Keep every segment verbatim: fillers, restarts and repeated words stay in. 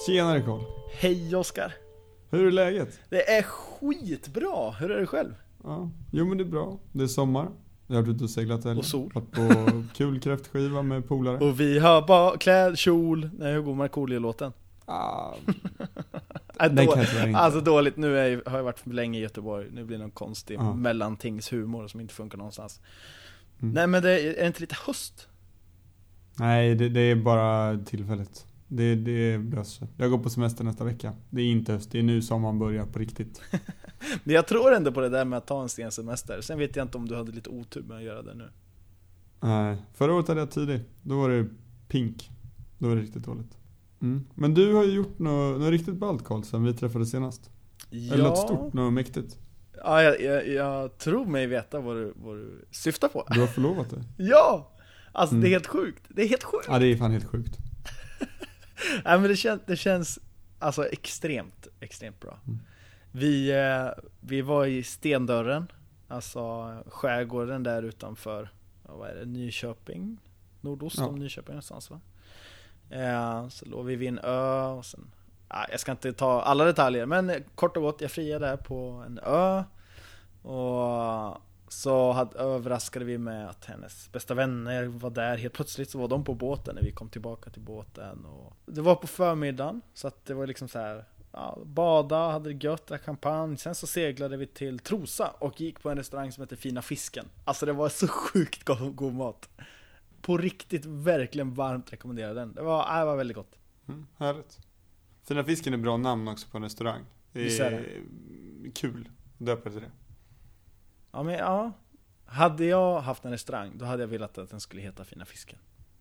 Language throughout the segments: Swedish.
Tjenare Carl. Hej Oskar. Hur är läget? Det är skitbra. Hur är det själv? Ja, jo men det är bra. Det är sommar. Jag har varit ute och seglat helgen. Och sol. Varit på kul kräftskiva med polare. Och vi har bara kläd, kjol. Nej, hur går Markoolio-låten? Ah, äh, den då, kan jag tyvärr inte. Alltså dåligt. Nu är, har jag varit för länge i Göteborg. Nu blir det någon konstig Ja. mellantingshumor som inte funkar någonstans. Mm. Nej, men det är, är det inte lite höst? Nej, det, det är bara tillfälligt. Det, det är lösa. Jag går på semester nästa vecka. Det är inte höst. Det är nu sommaren börjar på riktigt. Men jag tror ändå på det där med att ta en sen semester. Sen vet jag inte om du hade lite otur med att göra det nu. Nej, förra året hade jag tidigt. Då var det pink. Då var det riktigt dåligt. Mm. Men du har ju gjort något, något riktigt ballt, Carl, sen vi träffades senast. Ja, Eller något stort, något mäktigt. ja jag, jag, jag tror mig veta vad du, vad du syftar på. Du har förlovat dig. Ja! Alltså Mm. det är helt sjukt. Det är helt sjukt. Ja, det är fan helt sjukt. Nej, men det känns, det känns alltså extremt, extremt bra. Mm. Vi, eh, vi var i Stendörren, alltså skärgården där utanför, vad är det, Nyköping, nordost Ja. om Nyköping någonstans, va? Eh, så låg vi vid en ö och sen, ah, jag ska inte ta alla detaljer, men kort och gott, jag friade där på en ö och så hade, överraskade vi med att hennes bästa vänner var där. Helt plötsligt så var de på båten när vi kom tillbaka till båten. Och det var på förmiddagen, så att det var liksom så här, ja, bada, hade det gött, drack champagne. Sen så seglade vi till Trosa och gick på en restaurang som heter Fina Fisken. Alltså det var så sjukt god, god mat. På riktigt, verkligen varmt rekommenderar den. Det var, äh, det var väldigt gott. Mm, härligt. Fina Fisken är bra namn också på en restaurang. Det Visst är, är kul att döpa till det. Ja, men ja. Hade jag haft en restaurang, då hade jag velat att den skulle heta Fina Fisken.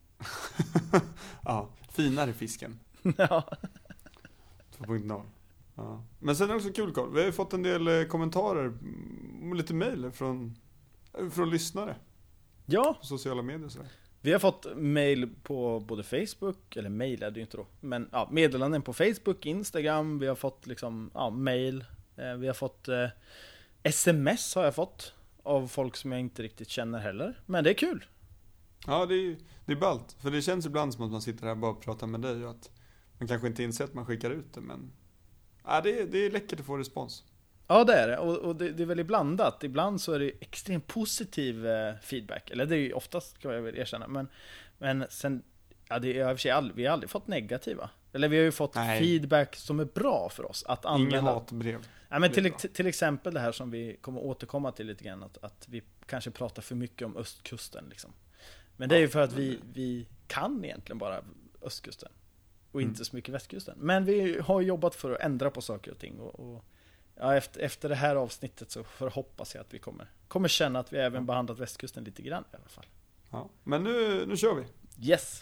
Ja, finare fisken. Ja. två punkt noll. Ja. Men sen är det också kul, Carl. Vi har ju fått en del eh, kommentarer och lite mejl från, från lyssnare Ja. på sociala medier och sådär. Vi har fått mail på både Facebook, eller mail är det ju inte då, men ja, meddelanden på Facebook, Instagram, vi har fått liksom, ja, mail, eh, vi har fått eh, sms har jag fått av folk som jag inte riktigt känner heller, men det är kul. Ja, det är, det är ballt. För det känns ibland som att man sitter här och bara pratar med dig och att man kanske inte inser att man skickar ut det, men ja, det, är, det är läckert att få respons. Ja, det är det, och, och det, det är väldigt blandat. Ibland så är det extremt positiv eh, feedback, eller det är ju oftast, ska jag väl erkänna, men, men sen, ja, det är i och för sig all, vi har aldrig fått negativa. Eller vi har ju fått Nej. feedback som är bra för oss att använda. Inga hatbrev. Ja, men till, till exempel det här som vi kommer återkomma till lite grann, att, att vi kanske pratar för mycket om östkusten liksom. Men det är ju för att vi, vi kan egentligen bara östkusten och inte Mm. så mycket västkusten. Men vi har jobbat för att ändra på saker och ting och, och ja, efter, efter det här avsnittet så förhoppas jag att vi kommer, kommer känna att vi även Ja. behandlat västkusten lite grann i alla fall. Ja. Men nu, nu kör vi. Yes!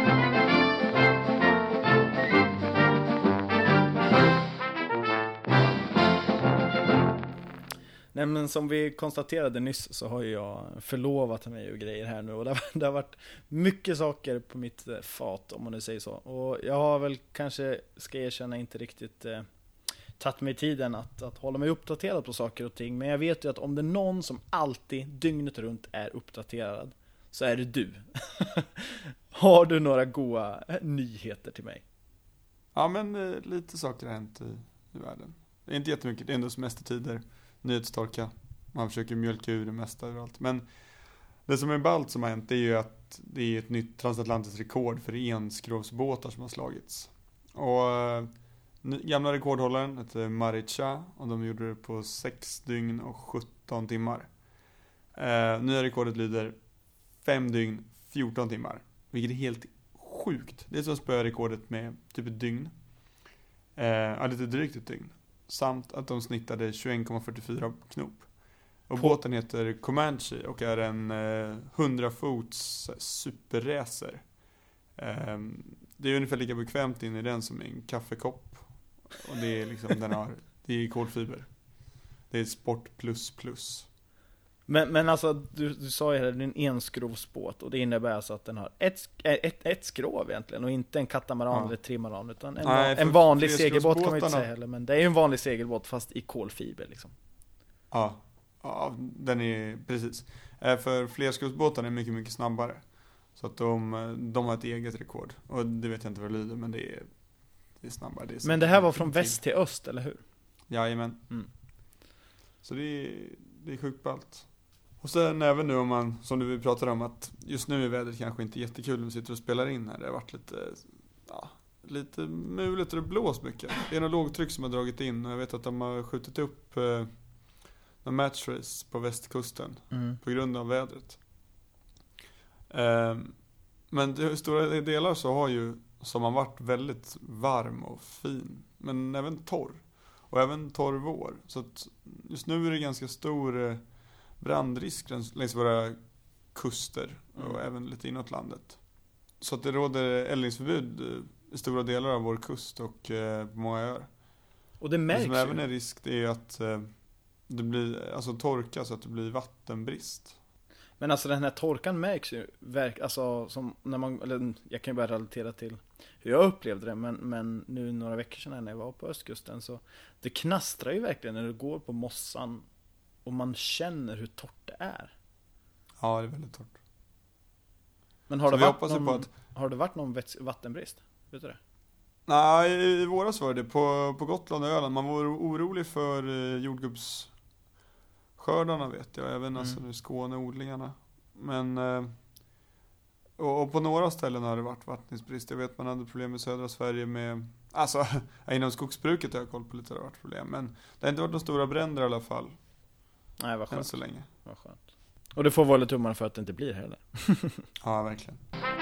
Nej, men som vi konstaterade nyss så har jag förlovat mig och grejer här nu och det har, det har varit mycket saker på mitt fat, om man nu säger så. Och jag har väl kanske, ska jag erkänna, inte riktigt eh, tagit mig tiden att, att hålla mig uppdaterad på saker och ting. Men jag vet ju att om det är någon som alltid dygnet runt är uppdaterad så är det du. Har du några goda nyheter till mig? Ja, men eh, lite saker har hänt i, i världen. Det är inte jättemycket, det är ändå semestertider, nyhetstorka. Man försöker mjölka ur det mesta överallt. Men det som är ballt som har hänt är ju att det är ett nytt transatlantiskt rekord för enskrovsbåtar som har slagits. Och eh, gamla rekordhållaren heter Maricha och de gjorde det på sex dygn och sjutton timmar. Eh, nya rekordet lyder fem dygn, fjorton timmar. Vilket är helt sjukt. Det är som att spöa rekordet med typ ett dygn. Eh, ja, lite drygt ett dygn. Samt att de snittade tjugoen komma fyrtiofyra knop. Och På... båten heter Comanche och är en eh, hundra fots superracer. Eh, det är ungefär lika bekvämt in i den som i en kaffekopp. Och det är liksom, den har, det är kolfiber. Det är sport plus plus. Men, men alltså, du, du sa ju att det är en enskrovsbåt och det innebär alltså att den har ett, ett, ett skrov egentligen och inte en katamaran Ja. eller trimaran utan en, Nej, en vanlig för segelbåt kan man ju inte flerskrovsbåtarna- säga heller, men det är ju en vanlig segelbåt fast i kolfiber liksom. Ja, ja den är precis. Eh, för flerskrovsbåtarna är mycket, mycket snabbare. Så att de, de har ett eget rekord. Och det vet jag inte vad det lyder, men det är det är snabbare. Det är Men det här var från väst till öst, eller hur? Jajamän. Mm. Så det är, det är sjukt ballt. Och sen även nu om man, som du pratade om, att just nu är vädret kanske inte jättekul när vi sitter och spelar in här. Det har varit lite, ja, lite muligt och det blåst mycket. Det är något lågtryck som har dragit in och jag vet att de har skjutit upp eh, en matchrace på västkusten Mm. på grund av vädret. Eh, men i stora delar så har ju som har varit väldigt varm och fin, men även torr. Och även torr vår. Så att just nu är det ganska stor eh, brandrisk längs våra kuster och Mm. även lite inåt landet. Så att det råder eldningsförbud i stora delar av vår kust och eh, på många öar. Och det Det märks som ju. även är risk det är att eh, det blir alltså torka så att det blir vattenbrist. Men alltså den här torkan märks ju verk, alltså som när man, eller jag kan ju bara relatera till hur jag upplevde det, men, men nu några veckor sedan när jag var på östkusten så det knastrar ju verkligen när du går på mossan och man känner hur torrt det är. Ja, det är väldigt torrt. Men har Så det vi varit hoppas ju någon, på att- har det varit någon vets- vattenbrist? Vet du det? Nej, i våras var det på, på Gotland och Öland. Man var orolig för eh, jordgubbsskördarna vet jag. Även Mm. alltså i Skåne, odlingarna. Men eh, och, och på några ställen har det varit vattningsbrist. Jag vet man hade problem i södra Sverige med, alltså inom skogsbruket har jag koll på lite, det har varit problem. Men det har inte varit några stora bränder i alla fall. Nej, vad Än skönt. så länge. Vad skönt. Och det får vara lite tummarna för att det inte blir heller. Ja, verkligen.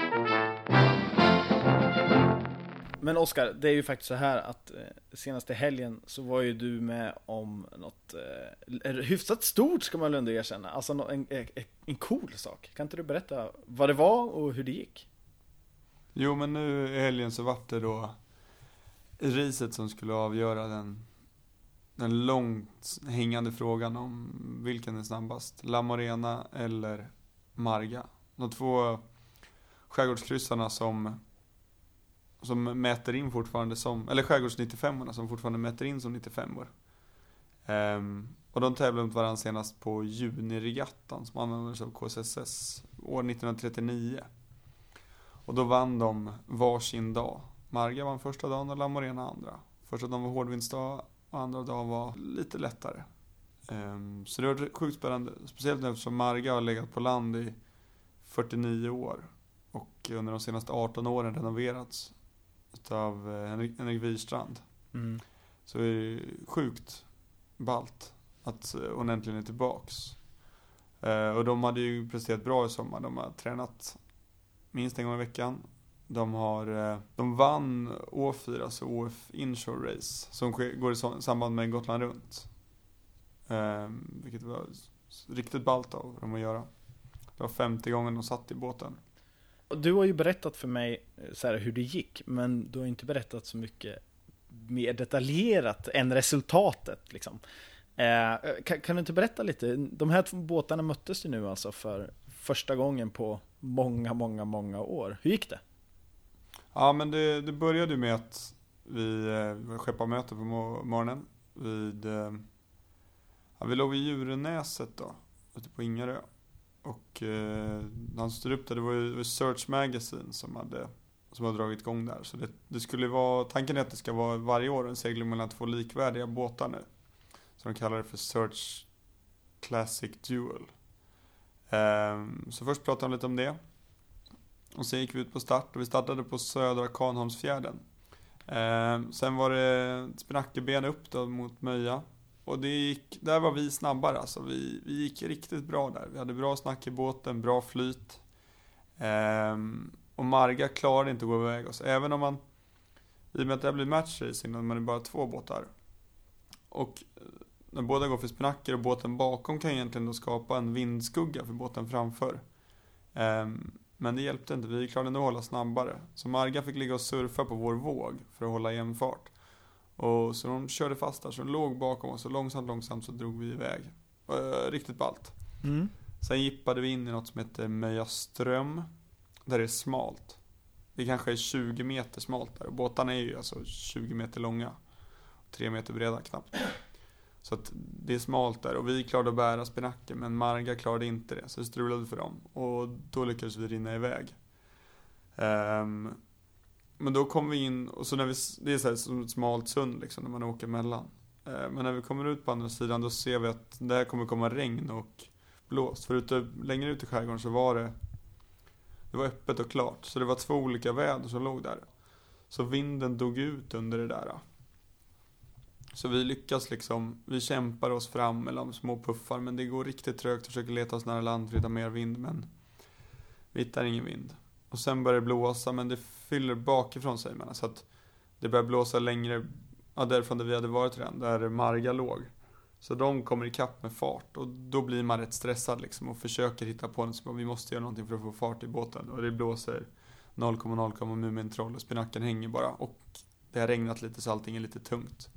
Men Oskar, det är ju faktiskt så här att eh, senaste helgen så var ju du med om något eh, hyfsat stort, ska man väl ändå erkänna. Alltså nå- en, en, en cool sak. Kan inte du berätta vad det var och hur det gick? Jo, men nu i helgen så vart det då riset som skulle avgöra den, den långt hängande frågan om vilken är snabbast. La Morena eller Marga. De två skärgårdskryssarna som som mäter in fortfarande som, eller skärgårds nittiofem-orna som fortfarande mäter in som nittiofem-or. Um, och de tävlade mot varandra senast på juniregattan som användes av K S S S år nittonhundratrettionio. Och då vann de varsin dag. Marga vann första dagen och La Morena andra. Första dagen var hårdvindsdag och andra dagen var lite lättare. Um, så det var sjukt spännande. Speciellt nu eftersom Marga har legat på land i fyrtionio år. Och under de senaste arton åren renoverats utav Henrik, Henrik Wierstrand. Mm. Så är det sjukt ballt att hon äntligen är tillbaks. Uh, och de hade ju presterat bra i sommar. De har tränat minst en gång i veckan. De har uh, de vann Å fyra, alltså Å F Inshore Race, som sker, går i so- samband med Gotland runt. Uh, vilket var riktigt ballt av dem att göra. Det var femtio gånger de satt i båten. Och du har ju berättat för mig så här, hur det gick, men du har inte berättat så mycket mer detaljerat än resultatet liksom. Eh, kan, kan du inte berätta lite? De här två båtarna möttes ju nu alltså för första gången på många, många, många år. Hur gick det? Ja, men det, det började med att vi eh, skeppade möte på mo- morgonen vid eh, ja, vi låg vid Djurenäset då, ute på Ingarö. Och eh, han stod upp där, det var ju Search Magazine som hade som hade dragit igång där. Så det, det skulle vara, tanken är att det ska vara varje år en segling mellan två likvärdiga båtar nu. Så de kallar det för Search Classic Duel. Eh, så först pratade de lite om det. Och sen gick vi ut på start och vi startade på södra Kanholmsfjärden. Eh, sen var det Spinackeben upp då mot Möja. Och det gick, där var vi snabbare alltså. Vi, vi gick riktigt bra där. Vi hade bra snack i båten, bra flyt. Ehm, och Marga klarade inte att gå iväg oss. Även om man, i och med att det blir matchracing när man är bara två båtar. Och när båda går för spinacker och båten bakom kan egentligen då skapa en vindskugga för båten framför. Ehm, men det hjälpte inte, vi klarade ändå att hålla snabbare. Så Marga fick ligga och surfa på vår våg för att hålla jämn fart. Och så de körde fast där, så de låg bakom oss och långsamt, långsamt så drog vi iväg. Uh, riktigt ballt. Mm. Sen gippade vi in i något som heter Möjaström, där det är smalt. Det kanske är tjugo meter smalt där, och båtarna är ju alltså tjugo meter långa. tre meter breda knappt. Så att det är smalt där, och vi klarade att bära spinacken, men Marga klarade inte det, så det strulade för dem. Och då lyckades vi rinna iväg. Um, men då kom vi in, och så när vi, det är så här som ett smalt sund liksom, när man åker mellan. Eh, men när vi kommer ut på andra sidan, då ser vi att det här kommer komma regn och blåst. För ute, längre ut i skärgården så var det, det var öppet och klart. Så det var två olika väder som låg där. Så vinden dog ut under det där. Så vi lyckas liksom, vi kämpar oss fram mellan små puffar, men det går riktigt trögt att försöka leta oss nära land för att hitta mer vind, men vi hittar ingen vind. Och sen börjar det blåsa, men det fyller bakifrån sig, men så att det börjar blåsa längre, ja, därifrån där vi hade varit redan, där Marga låg. Så de kommer i kapp med fart, och då blir man rätt stressad liksom och försöker hitta på något som vi måste göra någonting för att få fart i båten. Och det blåser noll komma noll komma Mumintroll och spinacken hänger bara, och det har regnat lite så allting är lite tungt.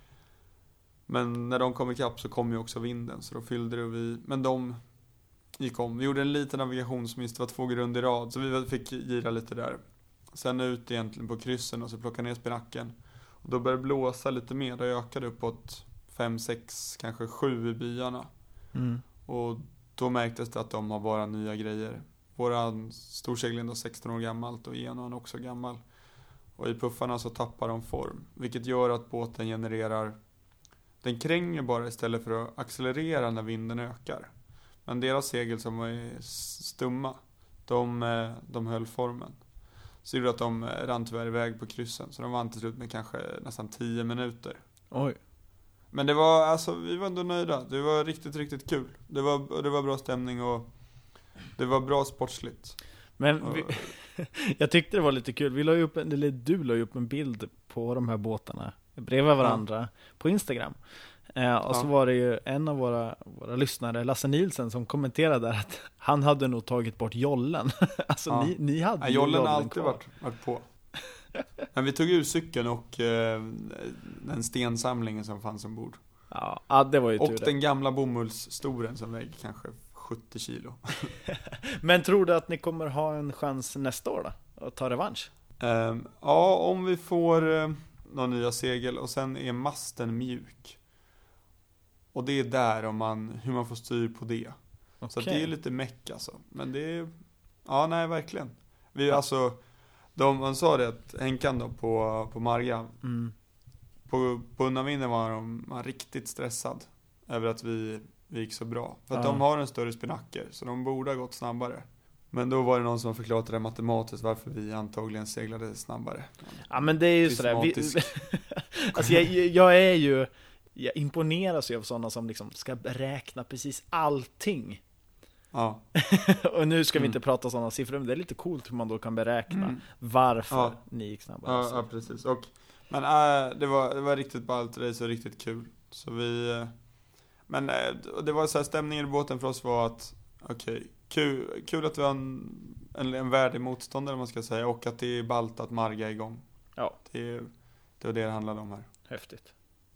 Men när de kom i kapp så kom ju också vinden, så då fyllde det, och vi, men de gick om. Vi gjorde en liten navigationsmiss, det var två grund i rad, så vi fick gira lite där. Sen ut egentligen på kryssen och så plocka ner spinacken. Och då började det blåsa lite mer, det ökade uppåt fem, sex, kanske sju i byarna. Mm. Och då märktes det att de har bara nya grejer. Våran storsegling är sexton år gammalt och Enon också gammal. Och i puffarna så tappar de form, vilket gör att båten genererar, den kränger bara istället för att accelerera när vinden ökar. Men deras segel som var stumma, de, de höll formen. Så gjorde att de rann tyvärr iväg på kryssen, så de vann till slut med kanske nästan tio minuter. Oj. Men det var, alltså, vi var ändå nöjda. Det var riktigt, riktigt kul. Det var, det var bra stämning och det var bra sportsligt. Men vi, jag tyckte det var lite kul. Vi la ju upp en, eller du la ju upp en bild på de här båtarna bredvid varandra ja. på Instagram. Eh, och ja. så var det ju en av våra, våra lyssnare, Lasse Nielsen, som kommenterade där att han hade nog tagit bort jollen. alltså ja. ni, ni hade ja, ju jollen har alltid varit, varit på. Men vi tog ur cykeln och eh, den stensamlingen som fanns ombord. Ja, ja det var ju tur. Och den gamla bomullsstoren som väger kanske sjuttio kilo. Men tror du att ni kommer ha en chans nästa år då? Att ta revansch? Um, ja, om vi får uh, några nya segel, och sen är masten mjuk. Och det är där om man, hur man får styr på det. Okay. Så det är lite meck alltså. Men det är, ja nej verkligen. Vi ja. alltså, de, man sa det att Henkan då på, på Marga. Mm. På, på undanvinden var de var riktigt stressad över att vi, vi gick så bra. För att ja. de har en större spinacker, så de borde ha gått snabbare. Men då var det någon som förklarade det matematiskt varför vi antagligen seglade snabbare. Ja men det är ju sådär. Vi, alltså jag, jag är ju, jag imponeras ju av sådana som liksom ska beräkna precis allting. Ja. Och nu ska vi mm. inte prata sådana siffror, men det är lite coolt hur man då kan beräkna mm. varför ja. ni gick snabbare. Ja, ja precis. Och, men äh, det, var, det var riktigt ballt race och riktigt kul. Så vi... Äh, men äh, det var så här, stämningen i båten för oss var att okej, okay, kul, kul att vi har en, en, en värdig motståndare man ska säga, och att det är ballt att Marga är igång. Ja. Det, det var det det handlade om här. Häftigt.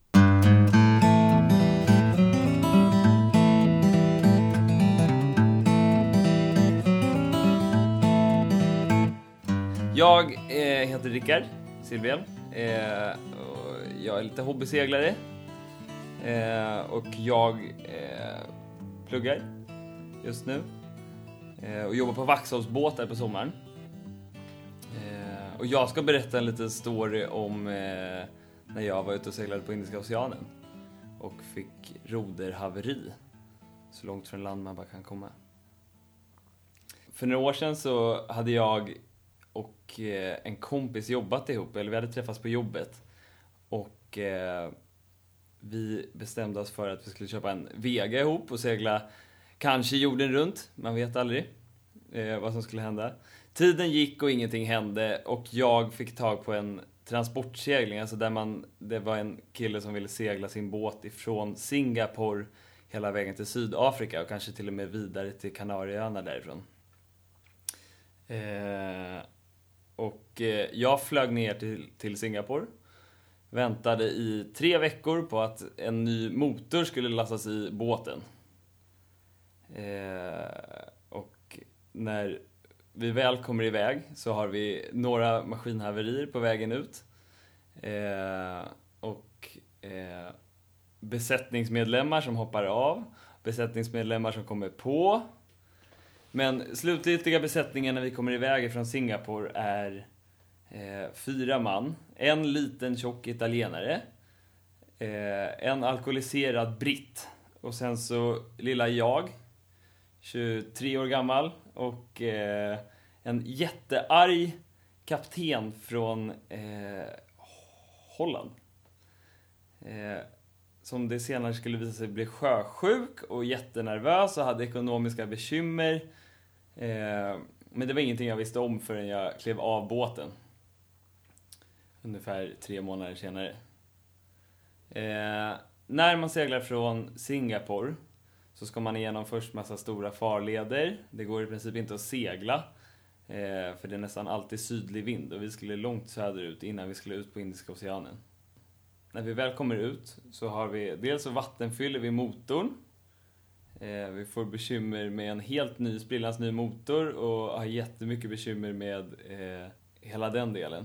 Jag eh, heter Rickard Silvén. Eh, och jag är lite hobbyseglare. Eh, och jag eh, pluggar just nu. Eh, och jobbar på Vaxholmsbåtar på sommaren. Eh, och jag ska berätta en liten story om eh, när jag var ute och seglade på Indiska oceanen. Och fick roderhaveri. Så långt från land man bara kan komma. För några år sedan så hade jag och en kompis jobbat ihop, eller vi hade träffats på jobbet, och eh, vi bestämde oss för att vi skulle köpa en Vega ihop och segla kanske jorden runt, man vet aldrig eh, vad som skulle hända. Tiden gick och ingenting hände, och jag fick tag på en transportsegling, alltså där man, det var en kille som ville segla sin båt ifrån Singapore hela vägen till Sydafrika och kanske till och med vidare till Kanarieöarna därifrån. Eh, och eh, jag flög ner till, till Singapore, väntade i tre veckor på att en ny motor skulle lastas i båten. Eh, och när vi väl kommer iväg så har vi några maskinhaverier på vägen ut. Eh, och eh, besättningsmedlemmar som hoppar av, besättningsmedlemmar som kommer på. Men slutgiltiga besättningen när vi kommer iväg från Singapore är Eh, fyra man, en liten tjock italienare, eh, en alkoholiserad britt och sen så lilla jag, tjugotre år gammal, och eh, en jättearg kapten från eh, Holland. Eh, som det senare skulle visa sig bli sjösjuk och jättenervös och hade ekonomiska bekymmer. Eh, men det var ingenting jag visste om förrän jag klev av båten. Ungefär tre månader senare. Eh, när man seglar från Singapore så ska man igenom först massa stora farleder. Det går i princip inte att segla. Eh, för det är nästan alltid sydlig vind. Och vi skulle långt söderut innan vi skulle ut på Indiska oceanen. När vi väl kommer ut så har vi dels vattenfyller vid motorn. Eh, vi får bekymmer med en helt ny, sprillans ny motor. Och har jättemycket bekymmer med eh, hela den delen.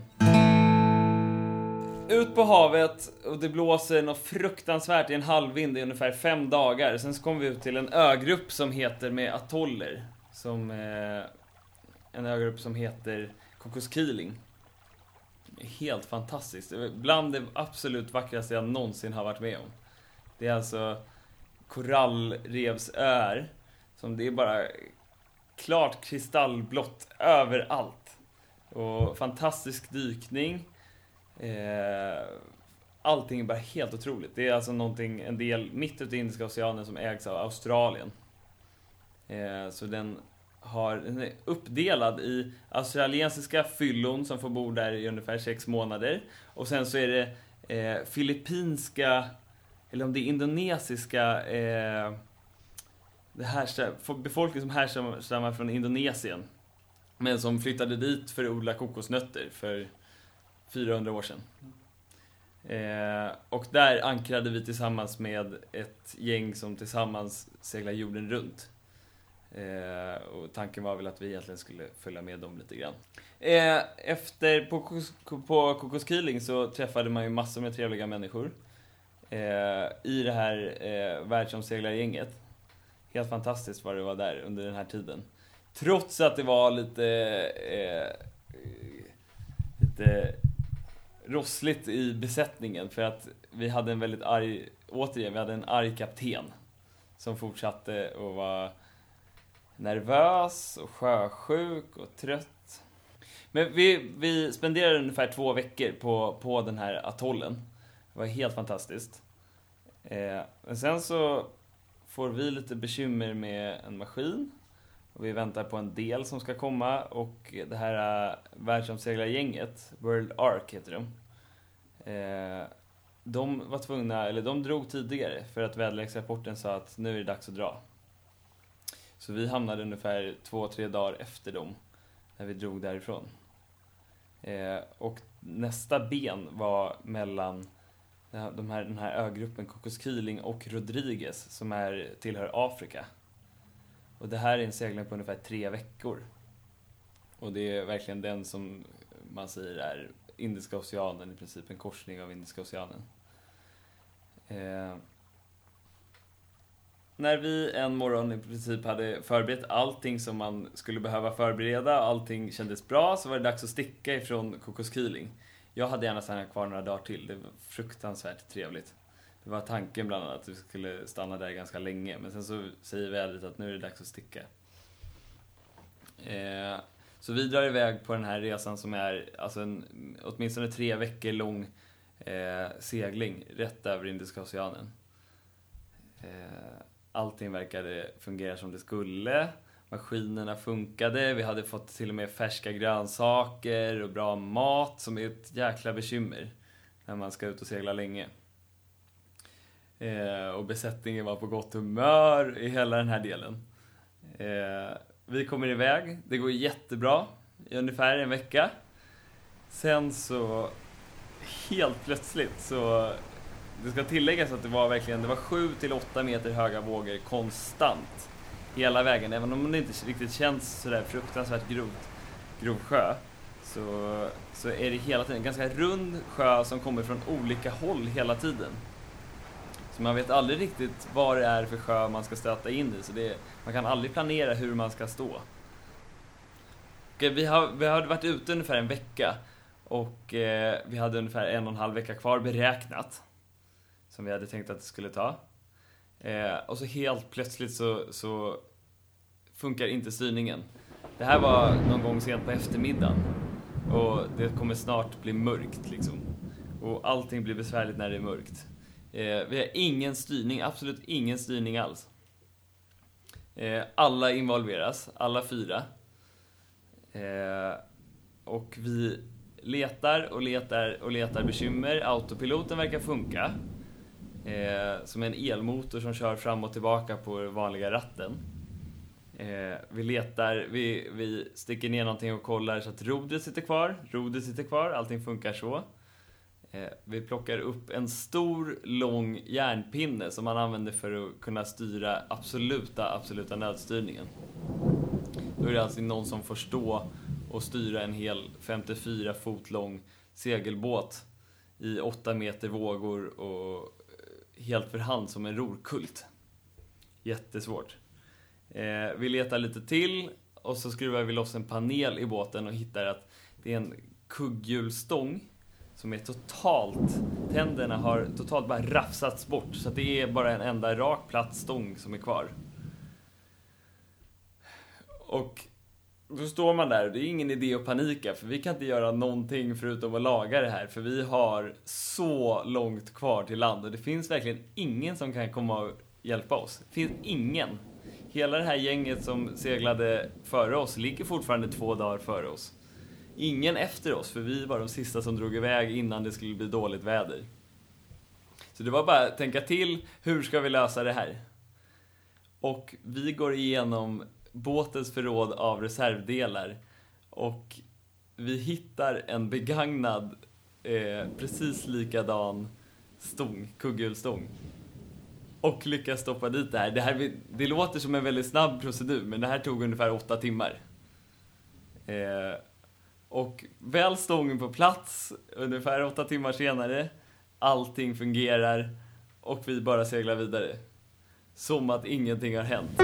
Ut på havet och det blåser något fruktansvärt i en halvvind i ungefär fem dagar. Sen så kommer vi ut till en ögrupp som heter med atoller. Som, eh, en ögrupp som heter Cocos-Keeling. Helt fantastiskt. Bland det absolut vackraste jag någonsin har varit med om. Det är alltså korallrevsöar som det är bara klart kristallblått överallt. Och fantastisk dykning. Eh, allting är bara helt otroligt. Det är alltså någonting, en del mitt ute i Indiska oceanen som ägs av Australien. Eh, så den, har, den är uppdelad i australiensiska fyllon som får bo där i ungefär sex månader. Och sen så är det eh, filippinska, eller om det är indonesiska eh, det här, befolkning som härstammar från Indonesien. Men som flyttade dit för att odla kokosnötter för fyrahundra år sedan. Eh, och där ankrade vi tillsammans med ett gäng som tillsammans seglar jorden runt. Eh, och tanken var väl att vi egentligen skulle följa med dem lite grann. Eh, efter, på, på Cocos-Keeling så träffade man ju massor med trevliga människor. Eh, I det här eh, världsomseglargänget. Helt fantastiskt var det var där under den här tiden. Trots att det var lite... Eh, lite rossligt i besättningen för att vi hade en väldigt arg, återigen, vi hade en arg kapten som fortsatte att vara nervös och sjösjuk och trött. Men vi, vi spenderade ungefär två veckor på, på den här atollen. Det var helt fantastiskt. Eh, men sen så får vi lite bekymmer med en maskin. Och vi väntar på en del som ska komma. Och det här uh, världsomseglargänget, World Ark heter de. Eh, de var tvungna, eller de drog tidigare. För att väderleksrapporten sa att nu är det dags att dra. Så vi hamnade ungefär två, tre dagar efter dem. När vi drog därifrån. Eh, och nästa ben var mellan de här, den här ögruppen Cocos-Keeling och Rodriguez. Som är, tillhör Afrika. Och det här är en segling på ungefär tre veckor. Och det är verkligen den som man säger är Indiska oceanen, i princip en korsning av Indiska oceanen. Eh, när vi en morgon i princip hade förberett allting som man skulle behöva förbereda, allting kändes bra, så var det dags att sticka ifrån Cocos-Keeling. Jag hade gärna stannat kvar några dagar till, det var fruktansvärt trevligt. Det var tanken bland annat att vi skulle stanna där ganska länge. Men sen så säger vädret att nu är det dags att sticka. Eh, så vi drar iväg på den här resan som är alltså en, åtminstone tre veckor lång eh, segling rätt över Indiska oceanen. Eh, allting verkade fungera som det skulle. Maskinerna funkade. Vi hade fått till och med färska grönsaker och bra mat som är ett jäkla bekymmer när man ska ut och segla länge. Eh, och besättningen var på gott humör i hela den här delen. Eh, vi kommer iväg, det går jättebra i ungefär en vecka. Sen så helt plötsligt så det ska tilläggas att det var verkligen det var sju till åtta meter höga vågor konstant hela vägen, även om det inte riktigt känns så där fruktansvärt grovt grov sjö. Så så är det hela tiden en ganska rund sjö som kommer från olika håll hela tiden. Så man vet aldrig riktigt vad det är för sjö man ska stöta in i. Så det, man kan aldrig planera hur man ska stå. Okej, vi, har, vi hade varit ute ungefär en vecka. Och eh, vi hade ungefär en och en halv vecka kvar beräknat. Som vi hade tänkt att det skulle ta. Eh, och så helt plötsligt så, så funkar inte styrningen. Det här var någon gång sent på eftermiddagen. Och det kommer snart bli mörkt liksom. Och allting blir besvärligt när det är mörkt. Eh, vi har ingen styrning, absolut ingen styrning alls. Eh, alla involveras, alla fyra. Eh, och vi letar och letar och letar bekymmer. Autopiloten verkar funka. Eh, som en elmotor som kör fram och tillbaka på vanliga ratten. Eh, vi letar, vi, vi sticker ner någonting och kollar så att rodret sitter kvar. Rodret sitter kvar, allting funkar så. Eh, vi plockar upp en stor, lång järnpinne som man använder för att kunna styra absoluta, absoluta nödstyrningen. Då är det alltså någon som får stå och styra en hel femtiofyra fot lång segelbåt i åtta meter vågor och helt för hand som en rorkult. Jättesvårt. Eh, vi letar lite till och så skruvar vi loss en panel i båten och hittar att det är en kugghjulstång som är totalt, tänderna har totalt bara rafsats bort så att det är bara en enda rak platt stång som är kvar. Och då står man där och det är ingen idé att panika för vi kan inte göra någonting förutom att laga det här för vi har så långt kvar till land och det finns verkligen ingen som kan komma och hjälpa oss. Det finns ingen. Hela det här gänget som seglade före oss ligger fortfarande två dagar före oss. Ingen efter oss för vi var de sista som drog iväg innan det skulle bli dåligt väder. Så det var bara att tänka till, hur ska vi lösa det här? Och vi går igenom båtens förråd av reservdelar och vi hittar en begagnad eh, precis likadan stång, kugghjulstång och lyckas stoppa dit det här. Det här det låter som en väldigt snabb procedur men det här tog ungefär åtta timmar eh, och väl stången på plats ungefär åtta timmar senare, allting fungerar och vi bara seglar vidare som att ingenting har hänt.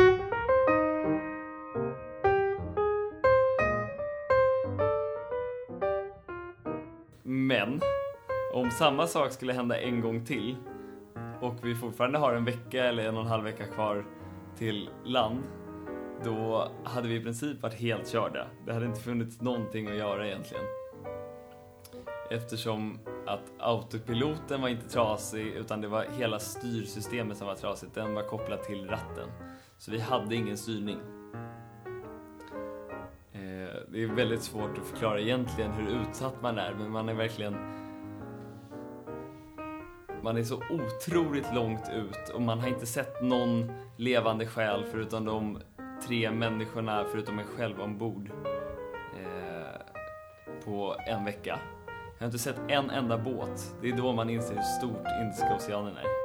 Men om samma sak skulle hända en gång till och vi fortfarande har en vecka eller en och en halv vecka kvar till land, då hade vi i princip varit helt körda. Det hade inte funnits någonting att göra egentligen. Eftersom att autopiloten var inte trasig utan det var hela styrsystemet som var trasigt. Den var kopplad till ratten. Så vi hade ingen styrning. Det är väldigt svårt att förklara egentligen hur utsatt man är, men man är verkligen man är så otroligt långt ut och man har inte sett någon levande själ förutom de tre människorna förutom mig själv ombord eh, på en vecka. Jag har inte sett en enda båt. Det är då man inser hur stort Indiska oceanen är.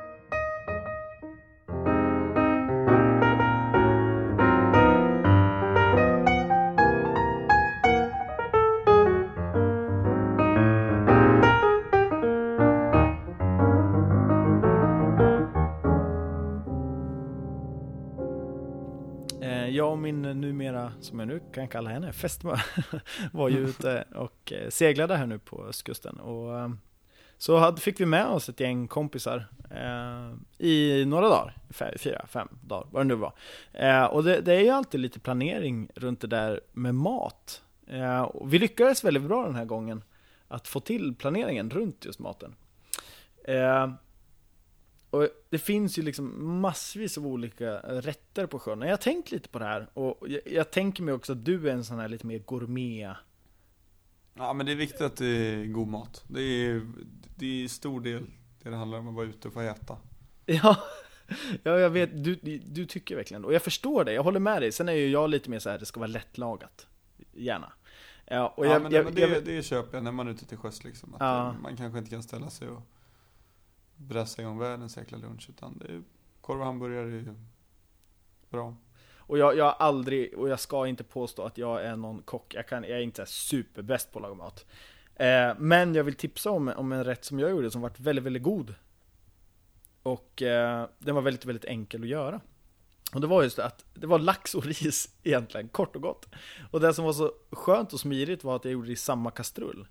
Jag och min numera, som jag nu kan kalla henne, fästmö, var ju ute och seglade här nu på östkusten. Och så hade, fick vi med oss ett gäng kompisar eh, i några dagar, fyra, fem dagar, vad det nu var. Eh, och det, det är ju alltid lite planering runt det där med mat. Eh, och vi lyckades väldigt bra den här gången att få till planeringen runt just maten. Eh, Och det finns ju liksom massvis av olika rätter på sjön. Jag har tänkt lite på det här. Och jag, jag tänker mig också att du är en sån här lite mer gourmet. Ja, men det är viktigt att det är god mat. Det är, det är stor del det det handlar om att vara ute och få äta. Ja, ja jag vet. Du, du tycker verkligen. Och jag förstår det. Jag håller med dig. Sen är ju jag lite mer så här, det ska vara lättlagat. Gärna. Ja, och jag, ja men, jag, men det, jag, det köper jag när man är ute till sjöss liksom. Att ja. Man kanske inte kan ställa sig och brässa igång världens jäkla lunch, utan det är, korv och hamburgare är ju bra. Och jag, jag har aldrig, och jag ska inte påstå att jag är någon kock. Jag, kan, jag är inte superbäst på att laga mat. Eh, men jag vill tipsa om, om en rätt som jag gjorde som var väldigt, väldigt god. Och eh, den var väldigt, väldigt enkel att göra. Och det var just det att det var lax och ris egentligen, kort och gott. Och det som var så skönt och smidigt var att jag gjorde det i samma kastrull.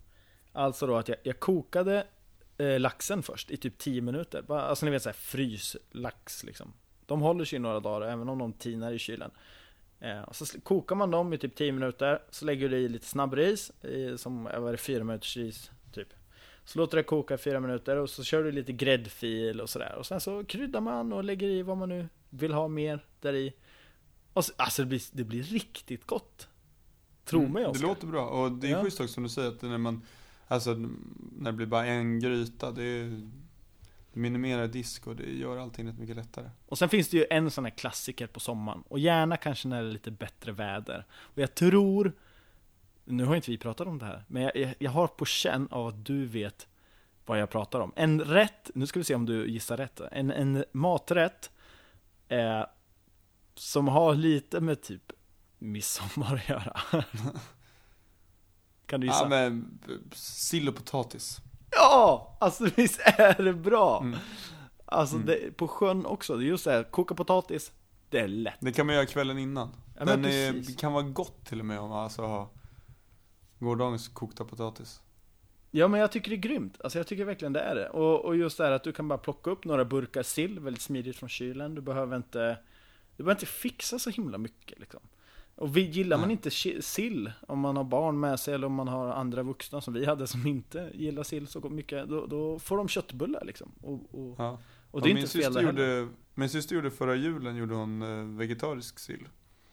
Alltså då att jag, jag kokade eh, laxen först i typ tio minuter. Bara, alltså ni vet så här fryslax liksom. De håller sig i några dagar även om de tinar i kylen. Eh, och så kokar man dem i typ tio minuter. Så lägger du i lite snabbris i, som var det fyra minuters ris typ. Så låter det koka i fyra minuter och så kör du lite gräddfil och sådär. Och sen så kryddar man och lägger i vad man nu vill ha mer där i. Och så, alltså det blir, det blir riktigt gott. Tro mm, mig, Oskar. Det låter bra. Och det är ja. schysst också som du säger att när man, alltså när det blir bara en gryta, det, är, det minimerar disk och det gör allting rätt mycket lättare. Och sen finns det ju en sån här klassiker på sommaren. Och gärna kanske när det är lite bättre väder. Och jag tror, nu har inte vi pratat om det här, men jag, jag, jag har på känn av att du vet vad jag pratar om. En rätt, nu ska vi se om du gissar rätt. En, en maträtt eh, som har lite med typ midsommar att göra. Kan du gissa? Ja, men sill och potatis. Ja, alltså visst är det bra. Mm. Alltså mm. det, på sjön också, det är just det här, koka potatis, det är lätt. Det kan man göra kvällen innan. Ja, den är, kan vara gott till och med om man alltså har gårdagens kokta potatis. Ja, men jag tycker det är grymt. Alltså jag tycker verkligen det är det. Och, och just det här att du kan bara plocka upp några burkar sill väldigt smidigt från kylen. Du behöver inte du behöver inte fixa så himla mycket liksom. Och vi gillar man inte sill om man har barn med sig eller om man har andra vuxna som vi hade som inte gillar sill så mycket, då, då får de köttbullar liksom. Och, och, ja. och det är ja, inte fel det gjorde, min syster gjorde förra julen gjorde hon vegetarisk sill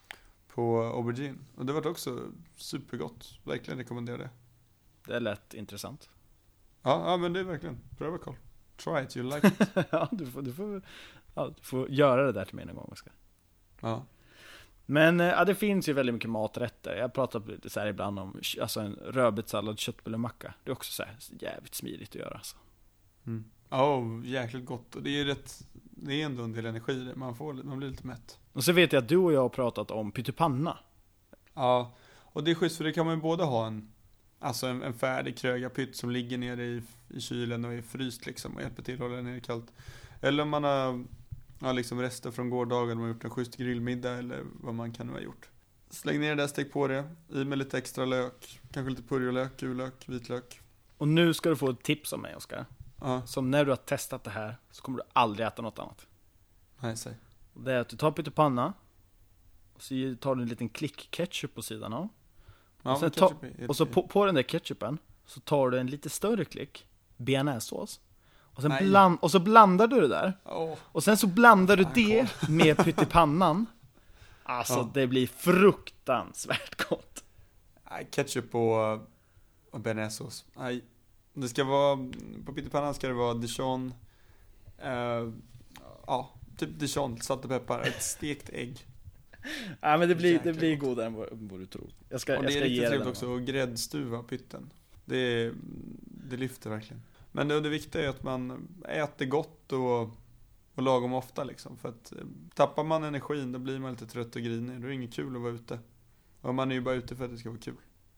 på aubergine. Och det var också supergott. Verkligen rekommenderar det. Det är lätt intressant. Ja, ja men det är verkligen. Pröva Carl. Try it, you like it. Ja, du får, du, får, ja, du får göra det där till mig någon gång, Oskar. Ja. Men ja, det finns ju väldigt mycket maträtter. Jag pratar lite så här ibland om alltså en rödbetssallad, köttbullemacka. Det är också så här jävligt smidigt att göra alltså. Mm. Ja, oh, jäkligt gott. Och det är ju rätt, det är ändå en del energi. Man, får, man blir lite mätt. Och så vet jag att du och jag har pratat om pyttipanna. Ja, och det är schysst för det kan man ju både ha en alltså en, en färdig krögarpytt som ligger nere i, i kylen och är fryst liksom och hjälper till att hålla den ner kallt. Eller om man har ja, liksom rester från gårdagen, man har gjort en schysst grillmiddag eller vad man kan ha gjort. Släng ner det där, stek på det, i med lite extra lök, kanske lite purjolök, gulök, vitlök. Och nu ska du få ett tips av mig, Oskar. Ja. Som när du har testat det här så kommer du aldrig äta något annat. Nej, säg. Det är att du tar pyttipanna och så tar du en liten klick ketchup på sidan av. Ja, och, sen ta, och så på, på den där ketchupen så tar du en lite större klick bearnaisesås. Och, sen bland, och så blandar du det där. Oh. Och sen så blandar du det med pyttipannan. Alltså ja. Det blir fruktansvärt gott. Nej, ketchup och, och bearnaisesås. Nej, det ska vara, på pyttipannan ska det vara Dijon. Uh, ja, typ Dijon, salt och peppar. Ett stekt ägg. Ja, men det blir, det blir godare än vad, vad du tror. Jag ska, och jag det ska är ge riktigt trevligt den också att gräddstuva pytten. Det, det lyfter verkligen. Men det, det viktiga är att man äter gott och, och lagom ofta liksom. För att tappar man energin då blir man lite trött och grinig. Då är det inget kul att vara ute. Och man är ju bara ute för att det ska vara kul.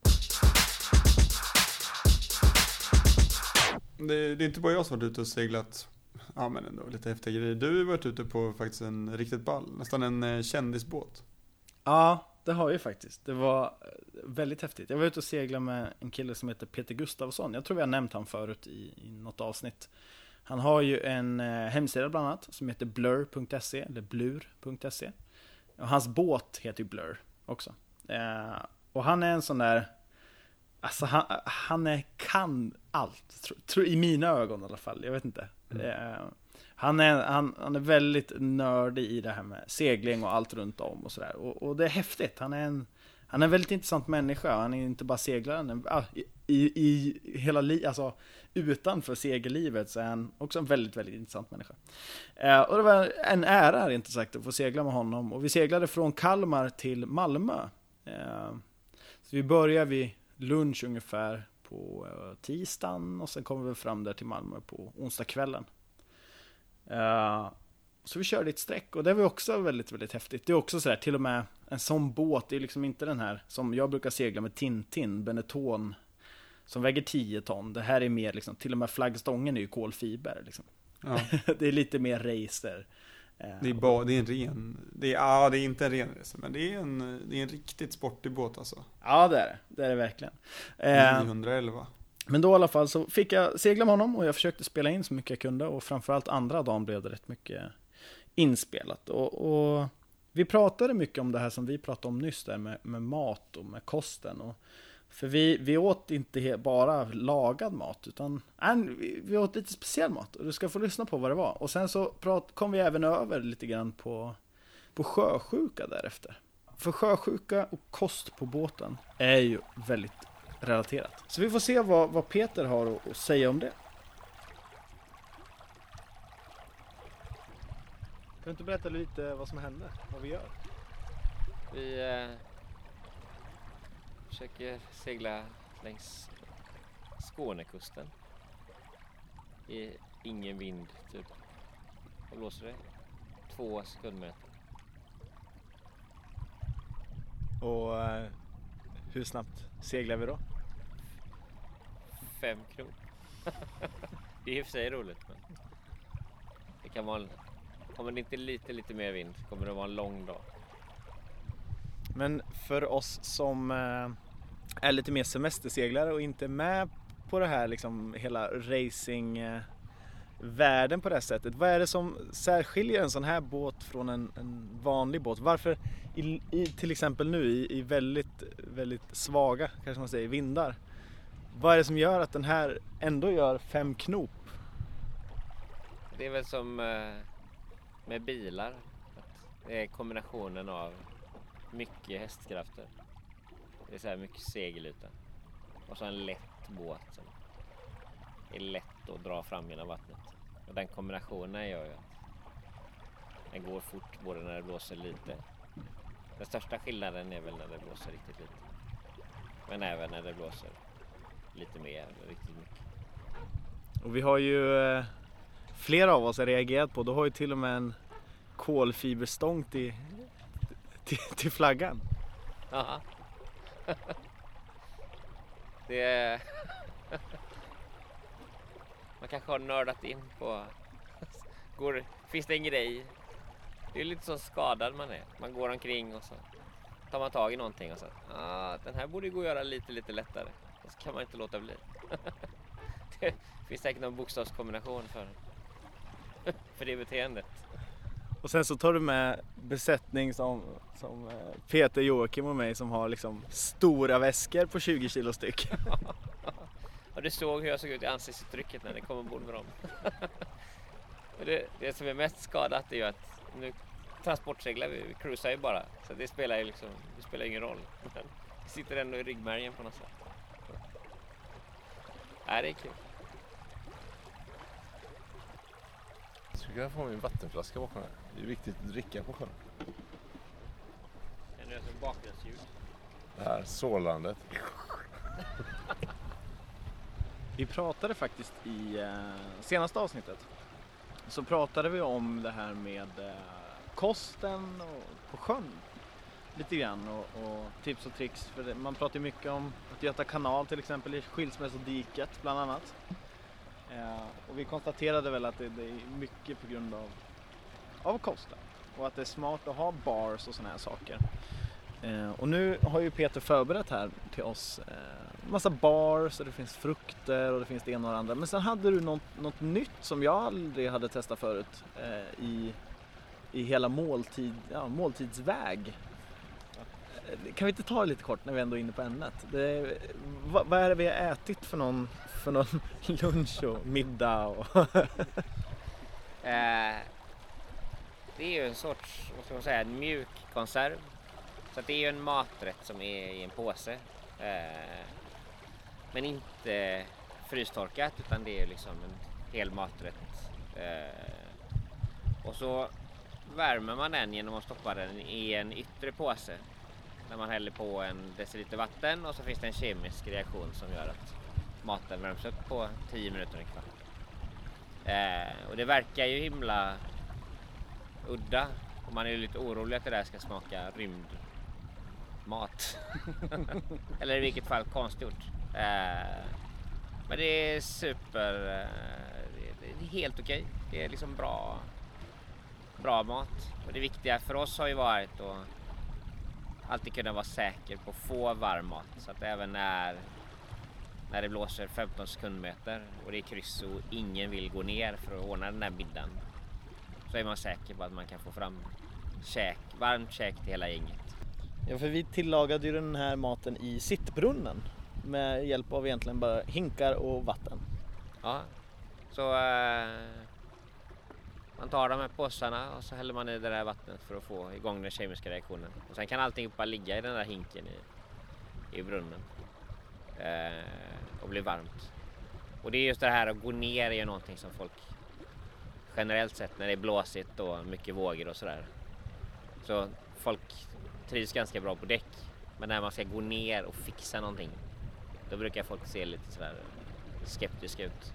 Det, det är inte bara jag som har varit ute och seglat. Ja, men ändå lite häftiga grejer. Du har varit ute på faktiskt en riktigt ball. Nästan en eh, kändisbåt. Ja, det har jag faktiskt. Det var väldigt häftigt. Jag var ute och segla med en kille som heter Peter Gustavsson. Jag tror vi har nämnt han förut i, i något avsnitt. Han har ju en eh, hemsida bland annat som heter blur punkt se eller blur punkt se. Och hans båt heter ju Blur också. Eh, och han är en sån där alltså han, han är, kan allt tro, tro, i mina ögon i alla fall. Jag vet inte. Mm. Eh, han, är, han, han är väldigt nördig i det här med segling och allt runt om och sådär. Och, och det är häftigt. Han är en han är en väldigt intressant människa. Han är inte bara seglare. Han är, i, i, i hela li, alltså utanför segellivet så är han också en väldigt, väldigt intressant människa. Eh, och det var en ära inte sagt att få segla med honom. Och vi seglade från Kalmar till Malmö. Eh, så vi började vid lunch ungefär på uh, tisdagen och sen kommer vi fram där till Malmö på onsdagskvällen. Uh, så vi körde ett streck och det var också väldigt, väldigt häftigt. Det är också så där, till och med en sån båt, det är liksom inte den här som jag brukar segla med Tintin, Benetton som väger tio ton. Det här är mer liksom, till och med flaggstången är ju kolfiber liksom. Ja. Det är lite mer racer. Det är, bara, det är en ren det är, ja, det är inte en ren racer, men det är en, det är en riktigt sportig båt alltså. Ja, det är det. Det är det verkligen. niohundraelva. Men då i alla fall så fick jag segla med honom och jag försökte spela in så mycket jag kunde och framförallt andra dagen blev det rätt mycket inspelat. Och, och vi pratade mycket om det här som vi pratade om nyss där med, med mat och med kosten. Och, för vi, vi åt inte bara lagad mat utan äh, vi, vi åt lite speciell mat och du ska få lyssna på vad det var. Och sen så prat, kom vi även över lite grann på, på sjösjuka därefter. För sjösjuka och kost på båten är ju väldigt relaterat. Så vi får se vad, vad Peter har att, att säga om det. Kan du inte berätta lite vad som hände? Vad vi gör? Vi eh, försöker segla längs Skånekusten. I ingen vind, typ. Vad blåser det? Två sekundmeter. Och eh, hur snabbt seglar vi då? Fem knop. Det är i och för sig roligt, men det kan vara en, kommer det inte lite, lite mer vind kommer det vara en lång dag. Men för oss som eh, är lite mer semesterseglare och inte med på det här liksom hela racing eh, världen på det här sättet. Vad är det som särskiljer en sån här båt från en, en vanlig båt? Varför i, i, till exempel nu i, i väldigt, väldigt svaga kanske man säger, vindar. Vad är det som gör att den här ändå gör fem knop? Det är väl som eh, med bilar. Att det är kombinationen av mycket hästkrafter. Det är så här mycket segelyta. Och så en lätt båt som är lätt att dra fram genom vattnet. Och den kombinationen gör ju att den går fort både när det blåser lite. Den största skillnaden är väl när det blåser riktigt lite. Men även när det blåser lite mer eller riktigt mycket. Och vi har ju eh, flera av oss har reagerat på. Du har ju till och med en kolfiberstång till, till, till flaggan. Ja. Det är... Man kanske har nördat in på... Går... Finns det en grej? Det är lite så skadad man är. Man går omkring och så tar man tag i någonting och så ah, den här borde gå att göra lite, lite lättare. Och så kan man inte låta bli. Det finns säkert någon bokstavskombination för, för det beteendet. Och sen så tar du med besättning som, som Peter, Joakim och mig som har liksom stora väskor på tjugo kilo styck. Och du såg hur jag såg ut i ansiktsuttrycket när det kom ombord med dem. det, det som är mest skadat är ju att nu transportseglar vi, vi cruisar ju bara. Så det spelar ju liksom, det spelar ingen roll. Men det sitter ändå i ryggmärgen på något sätt. Nej, det är kul. Ska jag få min vattenflaska bakom här? Det är viktigt att dricka på sjön. Det är som bakgrundsljud. Det här sålandet. Vi pratade faktiskt i eh, senaste avsnittet. Så pratade vi om det här med eh, kosten och, på sjön. Lite grann och, och tips och tricks. För det, man pratar ju mycket om att Göta kanal till exempel i Skilsmässodiket bland annat. Eh, och vi konstaterade väl att det, det är mycket på grund av, av kosten. Och att det är smart att ha bars och såna här saker. Eh, och nu har ju Peter förberett här till oss eh, massa bars och det finns frukter och det finns det ena och det andra. Men sen hade du något, något nytt som jag aldrig hade testat förut eh, i, i hela måltid, ja, måltidsväg. Kan vi inte ta det lite kort när vi ändå är inne på ämnet? Det, vad, vad är det vi har ätit för någon, för någon lunch och middag? Och eh, det är ju en sorts, vad ska man säga, en mjuk konserv. Så att det är ju en maträtt som är i en påse. Eh, men inte frystorkat utan det är liksom en hel maträtt. Eh, och så värmer man den genom att stoppa den i en yttre påse. När man häller på en deciliter vatten och så finns det en kemisk reaktion som gör att maten värms upp på tio minuter ungefär. Eh, och det verkar ju himla udda och man är ju lite orolig att det där ska smaka rymdmat. Eller i vilket fall konstgjort. Eh, men det är super, eh, det, det är helt okej. Det är liksom bra, bra mat. Och det viktiga för oss har ju varit att alltid kunna vara säker på att få varm mat. Så att även när när det blåser femton sekundmeter och det är kryss och ingen vill gå ner för att ordna den där middagen, så är man säker på att man kan få fram käk, varmt käk till hela gänget. Ja, för vi tillagade ju den här maten i sittbrunnen med hjälp av egentligen bara hinkar och vatten. Ja, så eh, man tar de här påsarna och så häller man i det där vattnet för att få igång den kemiska reaktionen. Och sen kan allting bara ligga i den där hinken i, i brunnen eh, och bli varmt. Och det är just det här att gå ner är någonting som folk generellt sett när det är blåsigt och mycket vågor och sådär. Så folk trivs ganska bra på däck. Men när man ska gå ner och fixa någonting, då brukar folk se lite sådär skeptiska ut.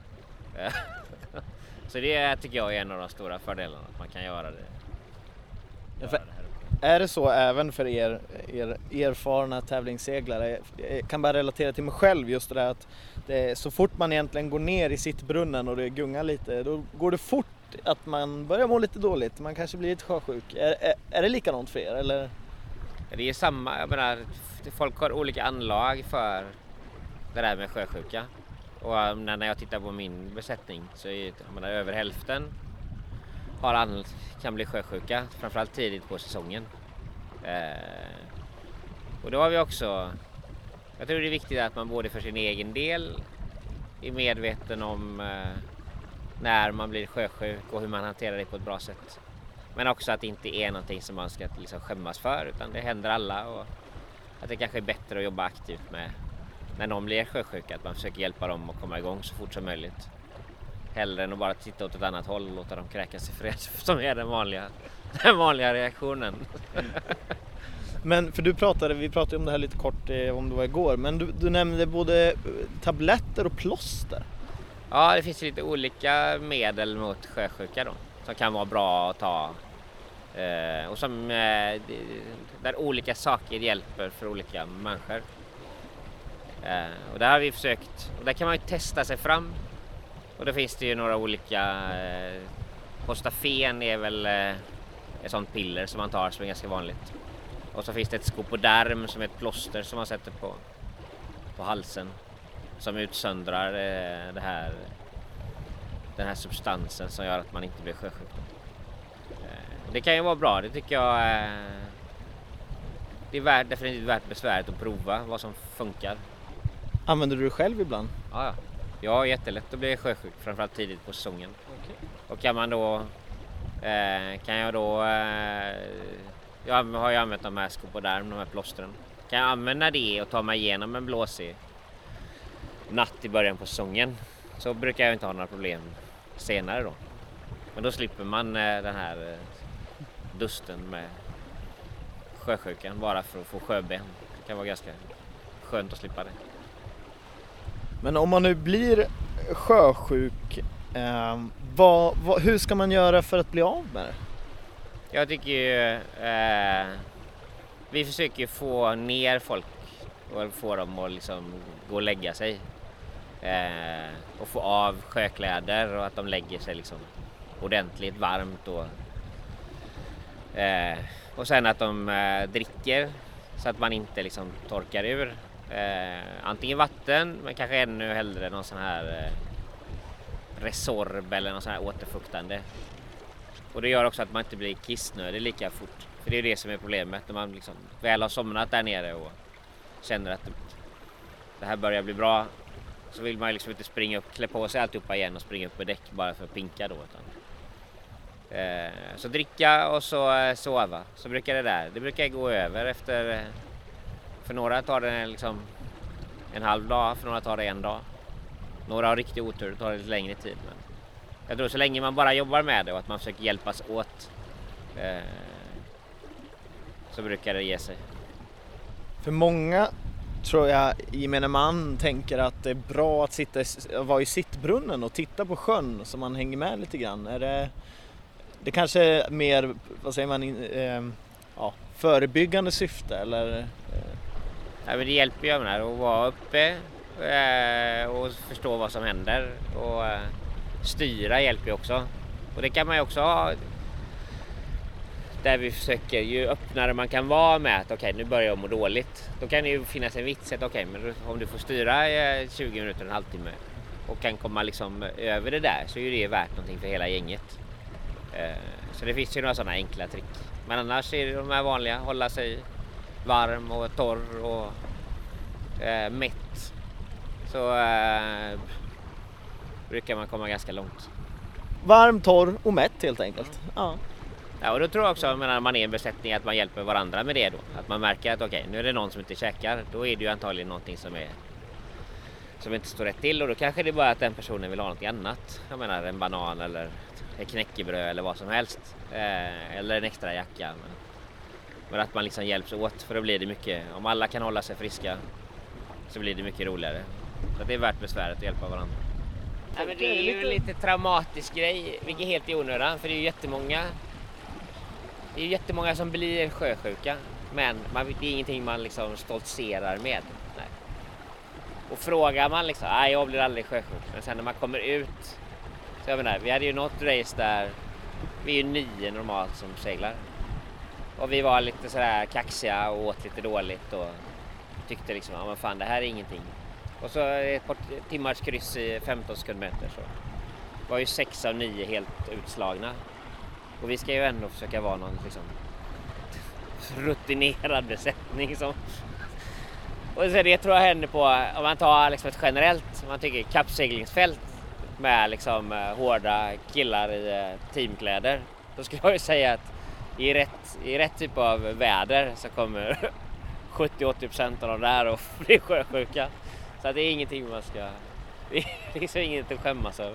Så det tycker jag är en av de stora fördelarna, att man kan göra det. Ja, för är det så även för er, er erfarna tävlingsseglare? Jag kan bara relatera till mig själv just det där att det, så fort man egentligen går ner i sittbrunnen och det gungar lite, då går det fort att man börjar må lite dåligt. Man kanske blir lite sjösjuk. Är, är, är det likadant för er? Eller? Det är samma, jag menar, folk har olika anlag för det där med sjösjuka. Och när jag tittar på min besättning så är jag menar, över hälften har an, kan bli sjösjuka, framförallt tidigt på säsongen. Eh, och då har vi också, jag tror det är viktigt att man både för sin egen del är medveten om eh, när man blir sjösjuk och hur man hanterar det på ett bra sätt. Men också att det inte är någonting som man ska liksom skämmas för, utan det händer alla, och att det kanske är bättre att jobba aktivt med när någon blir sjösjuk, att man försöker hjälpa dem att komma igång så fort som möjligt. Hellre än att bara titta åt ett annat håll och låta dem kräkas i fred, som är den vanliga, den vanliga reaktionen. Men för du pratade, vi pratade om det här lite kort eh, om det var igår, men du, du nämnde både tabletter och plåster. Ja, det finns lite olika medel mot sjösjuka då, som kan vara bra att ta. Eh, och som, eh, där olika saker hjälper för olika människor. Eh, och där har vi försökt, och där kan man ju testa sig fram. Och då finns det ju några olika, eh, Postafen är väl eh, ett sånt piller som man tar som är ganska vanligt. Och så finns det ett Scopoderm som är ett plåster som man sätter på, på halsen. Som utsöndrar eh, det här, den här substansen som gör att man inte blir sjösjuk. Eh, det kan ju vara bra, det tycker jag. Eh, det är värt, definitivt värt besväret att prova vad som funkar. Använder du det själv ibland? Ja, ja. Ja, jättelätt att bli sjösjuk, framförallt tidigt på säsongen. Okay. Och kan man då, eh, kan jag då, eh, jag har ju använt de här Scopoderm, de här plåstren. Kan jag använda det och ta mig igenom en blåsig natt i början på säsongen, så brukar jag inte ha några problem senare då. Men då slipper man eh, den här eh, dusten med sjösjukan bara för att få sjöben. Det kan vara ganska skönt att slippa det. Men om man nu blir sjösjuk, eh, vad, vad, hur ska man göra för att bli av med det? Jag tycker ju, eh, vi försöker få ner folk och få dem att liksom gå och lägga sig. Eh, och få av sjökläder och att de lägger sig liksom ordentligt varmt. Och, eh, och sen att de eh, dricker så att man inte liksom torkar ur. Eh, antingen vatten, men kanske ännu hellre någon sån här eh, Resorb eller någon sån här återfuktande. Och det gör också att man inte blir kissnödig lika fort. För det är det som är problemet när man liksom väl har somnat där nere och känner att det, det här börjar bli bra. Så vill man liksom inte springa upp, klä på sig alltihopa igen och springa upp på däck bara för att pinka då. Utan, eh, så dricka och så eh, sova. Så brukar det där. Det brukar gå över efter... Eh, för några tar det liksom en halv dag, för några tar det en dag. Några har riktigt otur, tar det lite längre tid. Men jag tror så länge man bara jobbar med det och att man försöker hjälpas åt eh, så brukar det ge sig. För många tror jag, gemene man tänker att det är bra att sitta, vara i sittbrunnen och titta på sjön så man hänger med lite grann. Är det, det kanske är mer, vad säger man, eh, ja, förebyggande syfte eller? Eh. Ja, men det hjälper ju med att vara uppe eh, och förstå vad som händer och eh, styra hjälper ju också. Och det kan man ju också ha. där vi försöker, ju öppnare man kan vara med att okej, okay, nu börjar jag må dåligt. Då kan det ju finnas en vits att okej, okay, men om du får styra tjugo minuter, en halvtimme och kan komma liksom över det där, så är det värt någonting för hela gänget. Så det finns ju några sådana enkla trick. Men annars är det de här vanliga, hålla sig varm och torr och eh, mätt. Så eh, brukar man komma ganska långt. Varm, torr och mätt helt enkelt. Ja. Ja, och då tror jag också, när man är i en besättning, att man hjälper varandra med det då. Att man märker att okej, okay, nu är det någon som inte käkar. Då är det ju antagligen någonting som är som inte står rätt till. Och då kanske det är bara att den personen vill ha något annat. Jag menar en banan eller ett knäckebröd eller vad som helst. Eh, eller en extra jacka. Men, men att man liksom hjälps åt, för då blir det mycket. Om alla kan hålla sig friska så blir det mycket roligare. Så det är värt besväret att hjälpa varandra. Ja, men det är ju en lite traumatisk grej, vilket är helt i onödan. För det är ju jättemånga Det är ju jättemånga som blir sjösjuka, men man, det är ingenting man liksom stoltserar med. Nej. Och frågar man liksom, nej jag blir aldrig sjösjuk. Men sen när man kommer ut, så jag menar, vi hade ju något race där, vi är ju nio normalt som seglar. Och vi var lite sådär kaxiga och åt lite dåligt och tyckte liksom, ja men fan det här är ingenting. Och så ett par timmars kryss i femton sekundmeter så var ju sex av nio helt utslagna. Och vi ska ju ändå försöka vara någon liksom rutinerad besättning som... Och så det tror jag händer på, om man tar liksom ett generellt, om man tycker kappseglingsfält med liksom hårda killar i teamkläder, då skulle jag ju säga att i rätt, i rätt typ av väder så kommer sjuttio till åttio procent av de där och bli sjösjuka. Så att det är ingenting man ska... Det är liksom inget att skämmas över.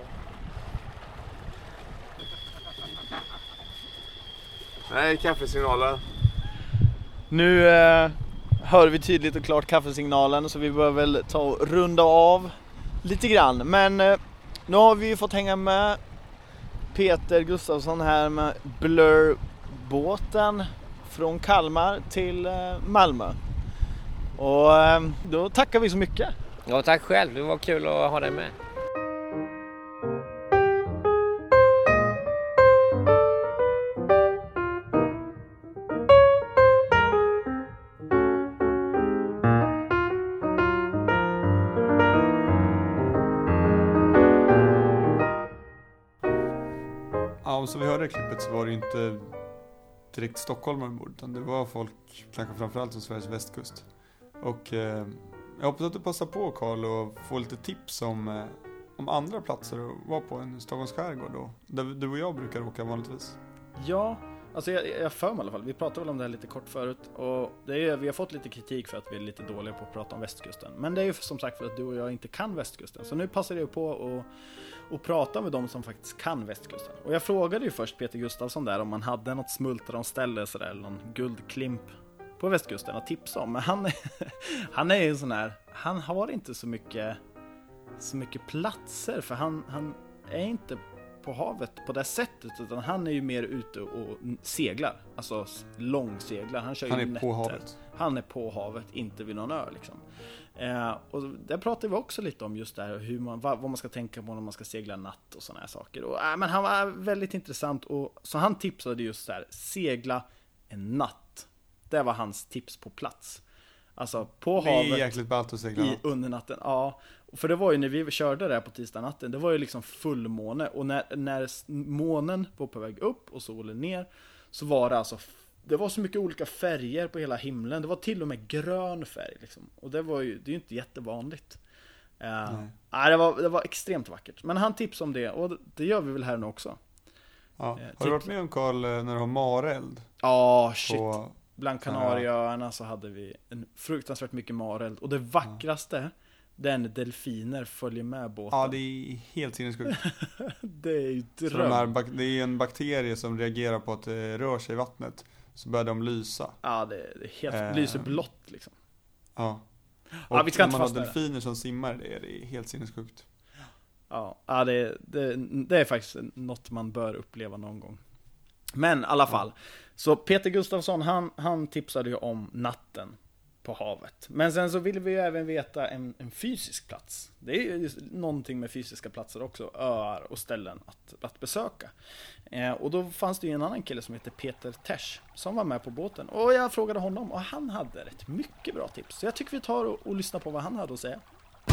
Nej, kaffesignalen. Nu eh, hör vi tydligt och klart kaffesignalen, så vi bör väl ta och runda av lite grann. Men eh, nu har vi ju fått hänga med Peter Gustafsson här med Blur-båten från Kalmar till eh, Malmö. Och eh, då tackar vi så mycket. Ja, tack själv. Det var kul att ha dig med. Ja, som vi hörde i klippet så var det inte direkt stockholmare ombord, utan det var folk kanske framförallt från Sveriges västkust. Och eh, jag hoppas att du passar på, Carl, och få lite tips om, eh, om andra platser att vara på en Stockholms skärgård då, där du och jag brukar åka vanligtvis. Ja, alltså jag, jag för mig i alla fall. Vi pratade väl om det här lite kort förut, och det är, vi har fått lite kritik för att vi är lite dåliga på att prata om västkusten. Men det är ju som sagt för att du och jag inte kan västkusten. Så nu passar det på att och prata med de som faktiskt kan västkusten. Och jag frågade ju först Peter Gustafsson där om man hade något smultronställe sådär, eller någon guldklimp på västkusten att tipsa om. Men han, han är ju sån här, han har inte så mycket så mycket platser, för han, han är inte på havet på det sättet, utan han är ju mer ute och seglar, alltså långseglar. Han kör han ju är nätter. på havet. Han är på havet, inte vid någon ö liksom. Eh, och där pratar vi också lite om just det här, hur man, vad, vad man ska tänka på när man ska segla natt och såna här saker. Och, äh, men han var väldigt intressant, och så han tipsade just där, segla en natt. Det var hans tips på plats. Alltså på det är havet jäkligt ballt att segla i under natten. Ja, för det var ju när vi körde där på tisdag natten, det var ju liksom fullmåne, och när, när månen var på väg upp och solen ner, så var det alltså, det var så mycket olika färger på hela himlen. Det var till och med grön färg liksom. Och det var ju, det är ju inte jättevanligt. Uh, nej, det var, det var extremt vackert. Men han tipsade om det, och det gör vi väl här nu också. Ja. Uh, har du varit med om, Carl, när du har mareld? Ja, oh, shit. På... Bland Kanarieöarna så hade vi en fruktansvärt mycket mareld. Och det vackraste, ja, den delfiner följer med båten. Ja, det är helt sinnessjukt. Det är ju dröm. De här, det är en bakterie som reagerar på att det rör sig i vattnet. Så börjar de lysa. Ja, det är helt, eh, lyser blått liksom. Ja. Och ja, vi ska när inte man har fastna delfiner det. Som simmar, det är, det är helt sinnessjukt. Ja, ja det, det, det är faktiskt något man bör uppleva någon gång. Men i alla fall, så Peter Gustafsson, han, han tipsade ju om natten på havet. Men sen så vill vi ju även veta en, en fysisk plats. Det är ju någonting med fysiska platser också, öar och ställen att, att besöka. Eh, och då fanns det ju en annan kille som heter Peter Tesch som var med på båten. Och jag frågade honom och han hade rätt mycket bra tips. Så jag tycker vi tar och, och lyssnar på vad han hade att säga.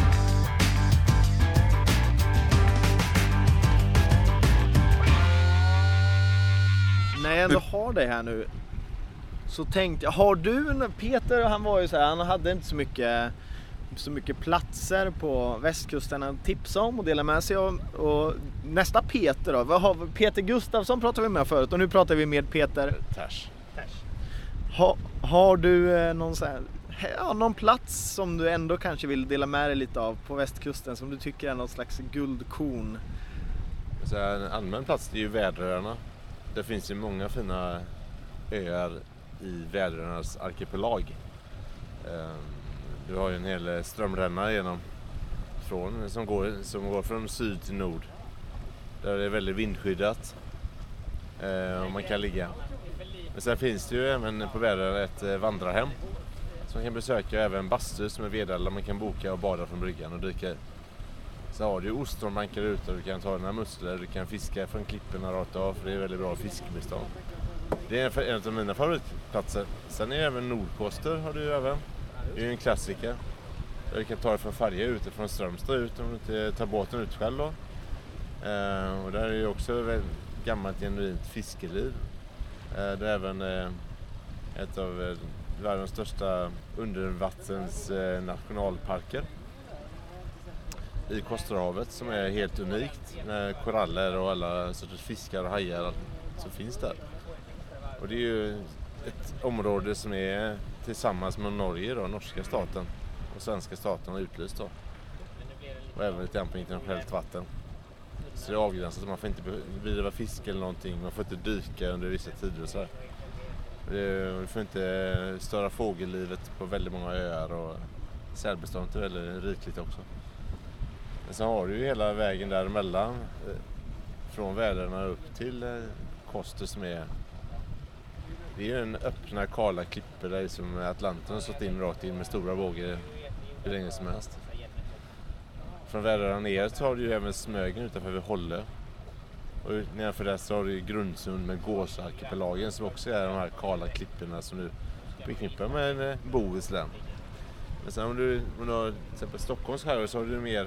När jag ändå har det här nu så tänkte jag, har du, Peter han var ju så här, han hade inte så mycket så mycket platser på västkusten att tipsa om och dela med sig av. Och nästa Peter då, vad har vi? Peter Gustafsson pratade vi med förut och nu pratar vi med Peter Tesch. Ha, har du någon så här, ja, någon plats som du ändå kanske vill dela med dig lite av på västkusten som du tycker är någon slags guldkorn? Så här, en allmän plats det är ju Väderöarna. Det finns ju många fina öar i Väderöarnas arkipelag. Du har ju en hel strömränna genom från, som, går, som går från syd till nord. Där det är väldigt vindskyddat och man kan ligga. Men sen finns det ju även på Väderöarna ett vandrarhem som man kan besöka, även bastu som är vedalla man kan boka och bada från bryggan och dyka i. Så har du ostronbankar ute och du kan ta dina musslor, du kan fiska från klipporna rakt av för det är väldigt bra fiskbestånd. Det är en av mina favoritplatser. Sen är även Nordkoster har du ju även. Det är ju en klassiker. Där du kan ta det från färja ut från Strömstad ut om du inte tar båten ut själv då. Eh, och där är ju också ett gammalt genuint fiskeliv. Eh, det är även eh, ett av eh, världens största undervattens eh, nationalparker. I Kosterhavet som är helt unikt med koraller och alla sorters fiskar och hajar som finns där. Och det är ju ett område som är tillsammans med Norge då, norska staten och svenska staten har utlyst då. Och även lite grann på internationellt vatten. Så det är avgränsat, man får inte bedriva fiske eller någonting, man får inte dyka under vissa tider och så här. Du får inte störa fågellivet på väldigt många öar och sälbeståndet är väldigt rikligt också. Men sen har du ju hela vägen däremellan från Väderöarna upp till Koster som är det är ju en öppna kala klippor där som Atlanten har stått in rakt in med stora vågor hur länge som helst. Från Väderöarna ner så har du ju även Smögen utanför vid Hålle. Och nedanför där så har du ju Grundsund med Gåsarkipelagen som också är de här kala klipporna som du förknippar med Bohuslän. Men sen om du, om du har till exempel Stockholms skärgård så har du mer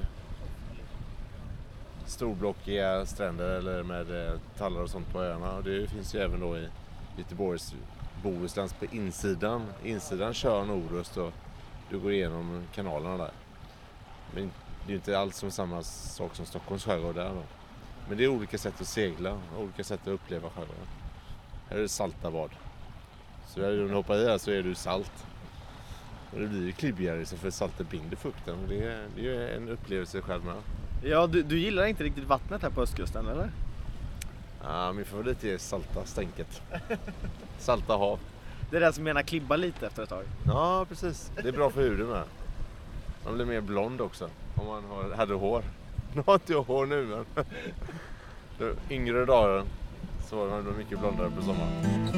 storblockiga stränder eller med tallar och sånt på öarna. Och det finns ju även då i Göteborgs Bohusläns på insidan. Insidan kör nordöst och du går igenom kanalerna där. Men det är ju inte alls som samma sak som Stockholms skärgård där då. Men det är olika sätt att segla, olika sätt att uppleva skärgården. Här är det salta bad. Så när du hoppar i här så är du salt. Och det blir ju klibbigare så för saltet binder fukten. Det är, det är ju en upplevelse själv med. Ja, du, du gillar inte riktigt vattnet här på östkusten, eller? Ja, min favorit är salta stänket. Salta hav. Det är det som menar klibba lite efter ett tag. Ja, precis. Det är bra för huden med. Man blir mer blond också om man har, hade hår. Nu har inte jag hår nu, men yngre dagar så var man mycket blondare på sommaren.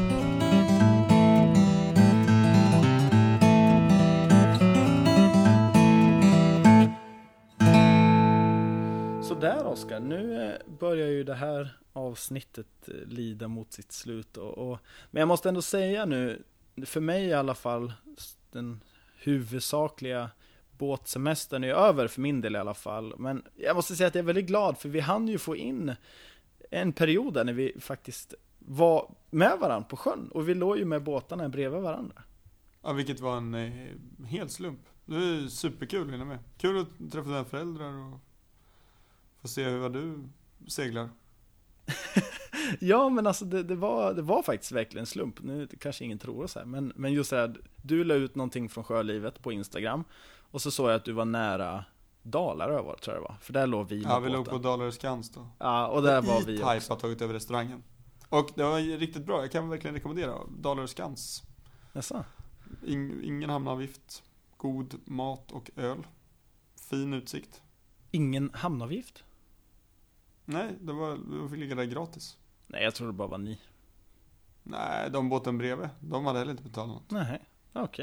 Så där Oskar, nu börjar ju det här avsnittet lida mot sitt slut. Och, och, men jag måste ändå säga nu, för mig i alla fall, den huvudsakliga båtsemestern är över för min del i alla fall. Men jag måste säga att jag är väldigt glad för vi hann ju få in en period där när vi faktiskt var med varandra på sjön. Och vi låg ju med båtarna bredvid varandra. Ja, vilket var en eh, hel slump. Det är superkul att hinna med. Kul att träffa dina föräldrar och få se hur du seglar. Ja, men alltså det, det, var, det var faktiskt verkligen en slump. Nu kanske ingen tror så här, men, men just det här, du la ut någonting från sjölivet på Instagram och så såg jag att du var nära Dalarö var, tror jag det var. För där låg vi med Ja, vi båten. låg på Dalarö Skans då. Ja, och där var vi E-Type också. har tagit över restaurangen. Och det var riktigt bra, jag kan verkligen rekommendera Dalarö Skans. Jaså? In, ingen hamnavgift, god mat och öl. Fin utsikt. Ingen hamnavgift? Nej, det var, vi fick ligga där gratis. Nej, jag tror det bara var ni. Nej, de båten bredvid, de hade heller inte betalat något. Nej, okej. Okay.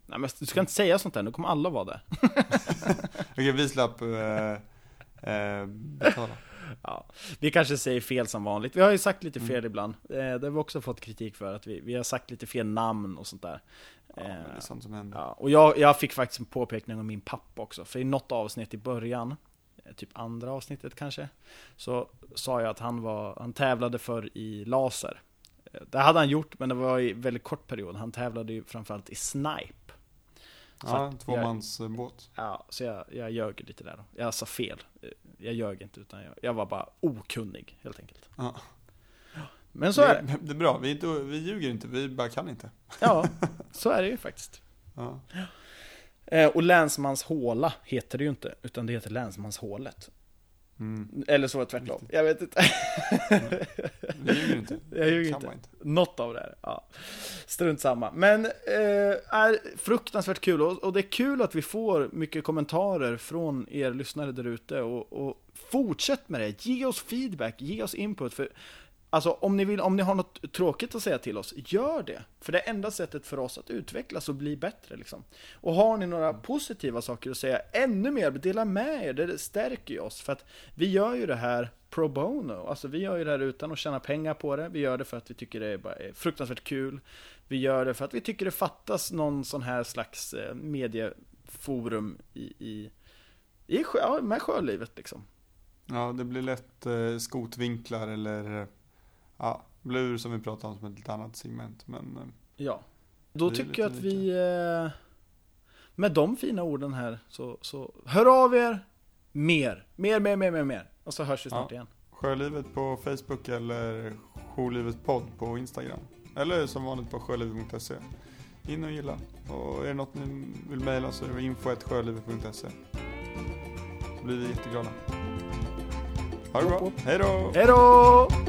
Nej, men du ska inte säga sånt där, nu kommer alla vara där. Okej, vi slapp eh, eh, betala. Ja, vi kanske säger fel som vanligt. Vi har ju sagt lite fel Mm. ibland. Eh, det har vi också fått kritik för, att vi, vi har sagt lite fel namn och sånt där. Ja, men det är sånt som händer. Ja, och jag, jag fick faktiskt en påpekning av min pappa också. För i något avsnitt i början, typ andra avsnittet kanske, så sa jag att han, var, han tävlade för i laser. Det hade han gjort, men det var i väldigt kort period. Han tävlade ju framförallt i snipe. Ja, tvåmans jag, båt. Ja, så jag, jag ljög lite där då. Jag sa fel. Jag ljög inte, utan jag, jag var bara okunnig, helt enkelt. Ja. Men så det, är det. Det är bra, vi, inte, vi ljuger inte, vi bara kan inte. Ja, så är det ju faktiskt. Ja. Eh, och länsmanshåla heter det ju inte, utan det heter länsmanshålet. Mm. Eller så tvärtom. Jag vet inte. Vi ljuger inte. Jag ljuger Kan inte. man inte. Något av det här. Ja. Strunt samma. Men eh, är fruktansvärt kul. Och, och det är kul att vi får mycket kommentarer från er lyssnare där ute. Och, och fortsätt med det. Ge oss feedback. Ge oss input. För alltså, om ni vill, om ni har något tråkigt att säga till oss, gör det. För det är enda sättet för oss att utvecklas och bli bättre liksom. Och har ni några positiva saker att säga, ännu mer, dela med er. Det stärker ju oss. För att vi gör ju det här pro bono. Alltså vi gör ju det här utan att tjäna pengar på det. Vi gör det för att vi tycker det är bara fruktansvärt kul. Vi gör det för att vi tycker det fattas någon sån här slags medieforum i, i, i sjö, med sjölivet liksom. Ja, det blir lätt eh, skotvinklar eller ja, blur som vi pratar om som ett lite annat segment. Men eh, ja, då det är tycker jag lite att vi eh, med de fina orden här så, så hör av er mer, mer, mer, mer, mer, mer. Och så hörs vi snart Ja. igen. Sjölivet på Facebook eller Sjölivet podd på Instagram. Eller som vanligt på sjölivet punkt se. In och gilla. Och är det något ni vill mejla så är det info at sjölivet punkt se. Så blir vi jätteglada. Ha det bra. Hej då! Hej då!